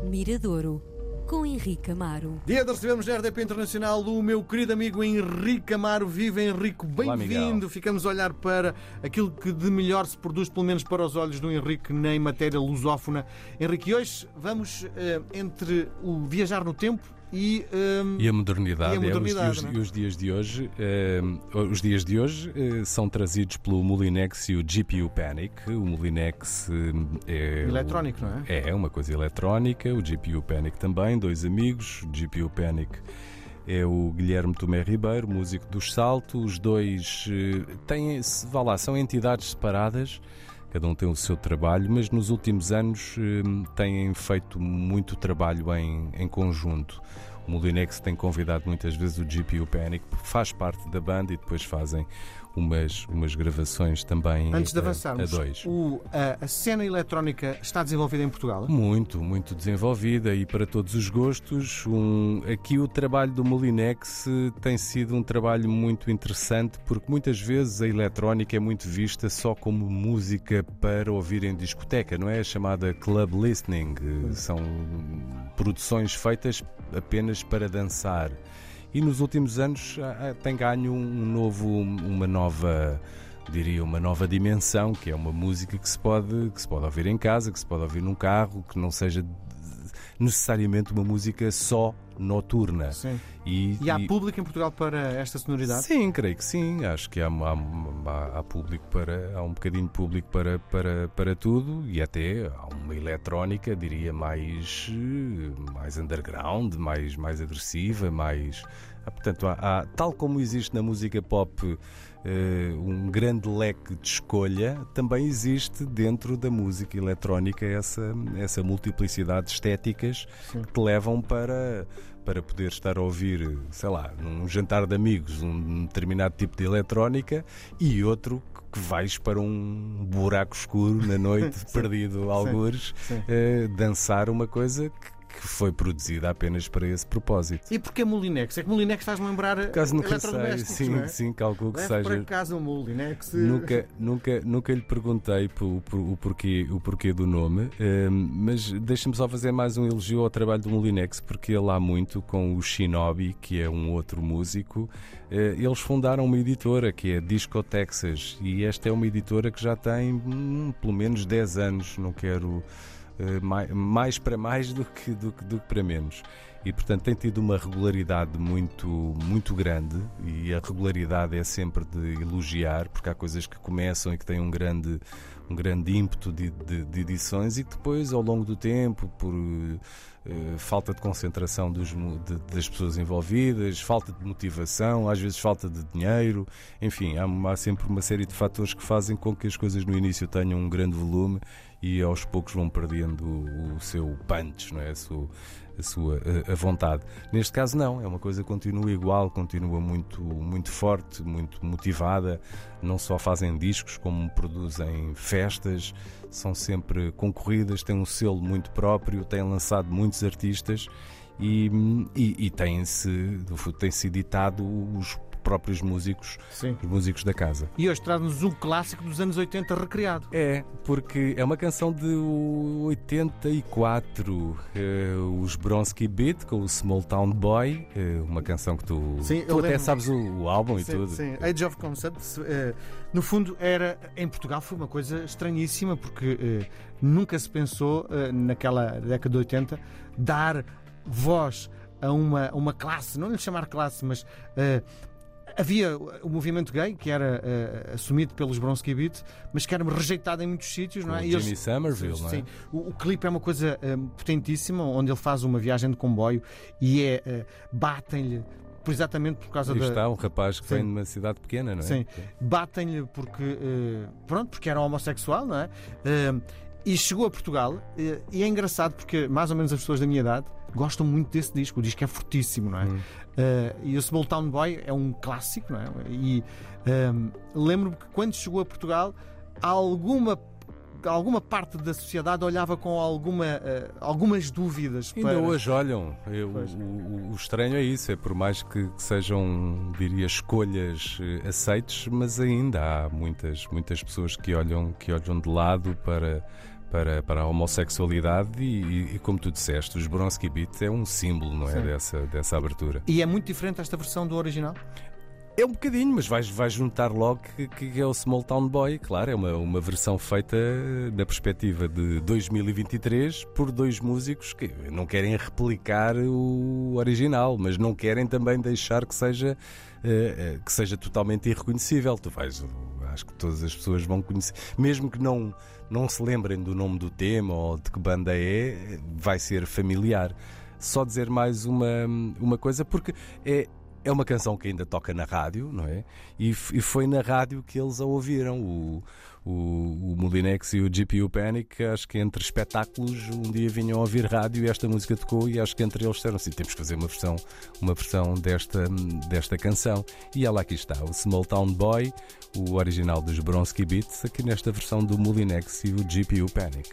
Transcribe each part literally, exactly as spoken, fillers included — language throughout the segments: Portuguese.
Miradouro, com Henrique Amaro. Dia de recebermos na R D P Internacional o meu querido amigo Henrique Amaro. Viva, Henrique, bem-vindo. Ficamos a olhar para aquilo que de melhor se produz, pelo menos para os olhos do Henrique, em matéria lusófona. Henrique, hoje vamos uh, entre o viajar no tempo E, um, e a modernidade, e a modernidade é, os, dias, os dias de hoje uh, os dias de hoje uh, são trazidos pelo Molinex e o G P U Panic. O Molinex uh, é eletrónico, o, não é? É uma coisa eletrónica. O G P U Panic também, dois amigos. O G P U Panic é o Guilherme Tomé Ribeiro, músico dos Salto. Os dois uh, têm, vá lá, são entidades separadas. Cada um tem o seu trabalho, mas nos últimos anos eh, têm feito muito trabalho em, em conjunto. O Molinex tem convidado muitas vezes o G P U Panic, porque faz parte da banda e depois fazem umas, umas gravações também. Antes de a, avançarmos, a dois. O, a, a cena eletrónica está desenvolvida em Portugal? Muito, muito desenvolvida e para todos os gostos. Um, aqui o trabalho do Molinex tem sido um trabalho muito interessante, porque muitas vezes a eletrónica é muito vista só como música para ouvir em discoteca, não é? A chamada club listening. São produções feitas apenas para dançar. E nos últimos anos tem ganho um novo, uma nova, diria, uma nova dimensão, que é uma música que se pode, que se pode ouvir em casa, que se pode ouvir num carro, que não seja necessariamente uma música só noturna. Sim. E, e há e... público em Portugal para esta sonoridade? Sim, creio que sim. Acho que há, há, há público para, há um bocadinho de público para, para, para tudo, e até há uma eletrónica, diria, mais, mais underground, mais, mais agressiva, mais... Portanto, há, há, tal como existe na música pop uh, um grande leque de escolha, também existe dentro da música eletrónica essa, essa multiplicidade de estéticas. Sim. Que te levam para, para poder estar a ouvir, sei lá, num jantar de amigos, um determinado tipo de eletrónica e outro que vais para um buraco escuro na noite, perdido, algures, uh, dançar uma coisa que que foi produzida apenas para esse propósito. E porquê Molinex? É que Molinex faz-me lembrar caso nunca eletrodomésticos, sei. Sim, não é? sim, calculo que Leve seja. para casa o Molinex. Nunca, nunca, nunca lhe perguntei por, por, o, porquê, o porquê do nome, um, mas deixa-me só fazer mais um elogio ao trabalho do Molinex, porque ele há muito com o Shinobi, que é um outro músico. Uh, eles fundaram uma editora que é Disco Texas, e esta é uma editora que já tem hum, pelo menos dez anos, não quero... Uh, mais, mais para mais do que, do, do que para menos, e portanto tem tido uma regularidade muito, muito grande, e a regularidade é sempre de elogiar, porque há coisas que começam e que têm um grande, um grande ímpeto de, de, de edições, e que depois ao longo do tempo, por uh, falta de concentração dos, de, das pessoas envolvidas, falta de motivação, às vezes falta de dinheiro, enfim, há, há sempre uma série de fatores que fazem com que as coisas no início tenham um grande volume e aos poucos vão perdendo o, o seu punch, não é? a sua, a, sua a, a vontade. Neste caso não, é uma coisa que continua igual, continua muito, muito forte, muito motivada. Não só fazem discos, como produzem festas, são sempre concorridas, têm um selo muito próprio, têm lançado muitos artistas e, e, e têm-se, têm-se editado os próprios músicos, Sim. os músicos da casa. E hoje traz-nos um clássico dos anos oitenta recriado. É, porque é uma canção de oitenta e quatro, uh, os Bronski Beat com o Small Town Boy, uh, uma canção que tu, sim, tu até lembro. sabes o, o álbum sim, e tudo. Sim, Age of Concepts, uh, no fundo era, em Portugal foi uma coisa estranhíssima, porque uh, nunca se pensou, uh, naquela década de oitenta, dar voz a uma, uma classe, não lhe chamar classe, mas... Uh, havia o movimento gay, que era uh, assumido pelos Bronski Beat, mas que era rejeitado em muitos sítios, não é? O e Jimmy eles, Somerville, sim, não é? Sim. O, o clipe é uma coisa uh, potentíssima, onde ele faz uma viagem de comboio e é uh, batem-lhe por exatamente por causa e da... está um rapaz que sim. vem de uma cidade pequena, não é? Sim, batem-lhe porque uh, pronto, porque era homossexual, não é? Uh, e chegou a Portugal uh, e é engraçado porque mais ou menos as pessoas da minha idade gostam muito desse disco, o disco é fortíssimo, não é? Hum. Uh, e o Small Town Boy é um clássico, não é? E um, lembro-me que quando chegou a Portugal, alguma, alguma parte da sociedade olhava com alguma, uh, algumas dúvidas. Ainda para... hoje olham. Eu, o, o, o estranho é isso, é por mais que, que sejam, diria, escolhas uh, aceites, mas ainda há muitas, muitas pessoas que olham, que olham de lado para, para, para a homossexualidade e, e, e, como tu disseste, os Bronski Beat é um símbolo, não é, dessa, dessa abertura. E é muito diferente esta versão do original? É um bocadinho, mas vais, vais juntar logo que, que é o Small Town Boy. Claro, é uma, uma versão feita na perspectiva de dois mil e vinte e três por dois músicos que não querem replicar o original, mas não querem também deixar que seja, uh, que seja totalmente irreconhecível. Tu vais, acho que todas as pessoas vão conhecer, mesmo que não, não se lembrem do nome do tema ou de que banda é, vai ser familiar. Só dizer mais uma, uma coisa, porque é. É uma canção que ainda toca na rádio, não é? E, f- e foi na rádio que eles a ouviram. O, o, o Molinex e o G P U Panic, acho que entre espetáculos, um dia vinham a ouvir rádio e esta música tocou, e acho que entre eles disseram assim: temos que fazer uma versão, uma versão desta, desta canção. E ela aqui está, o Small Town Boy, o original dos Bronski Beats, aqui nesta versão do Molinex e o G P U Panic.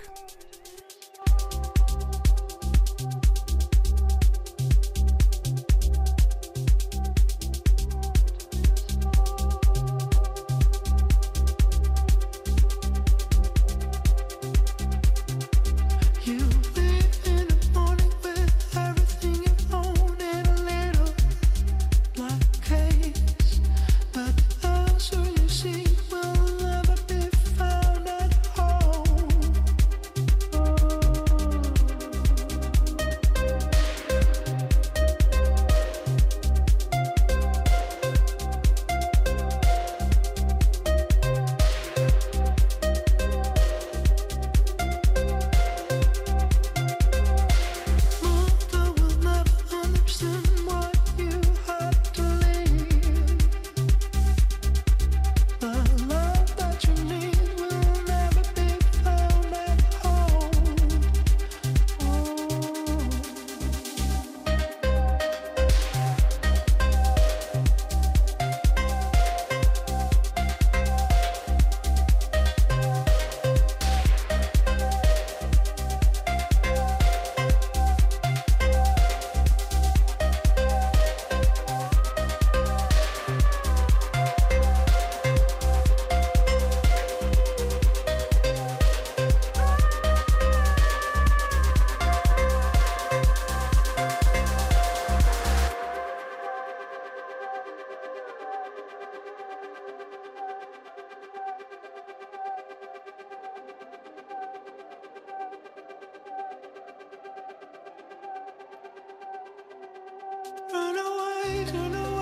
Run away to know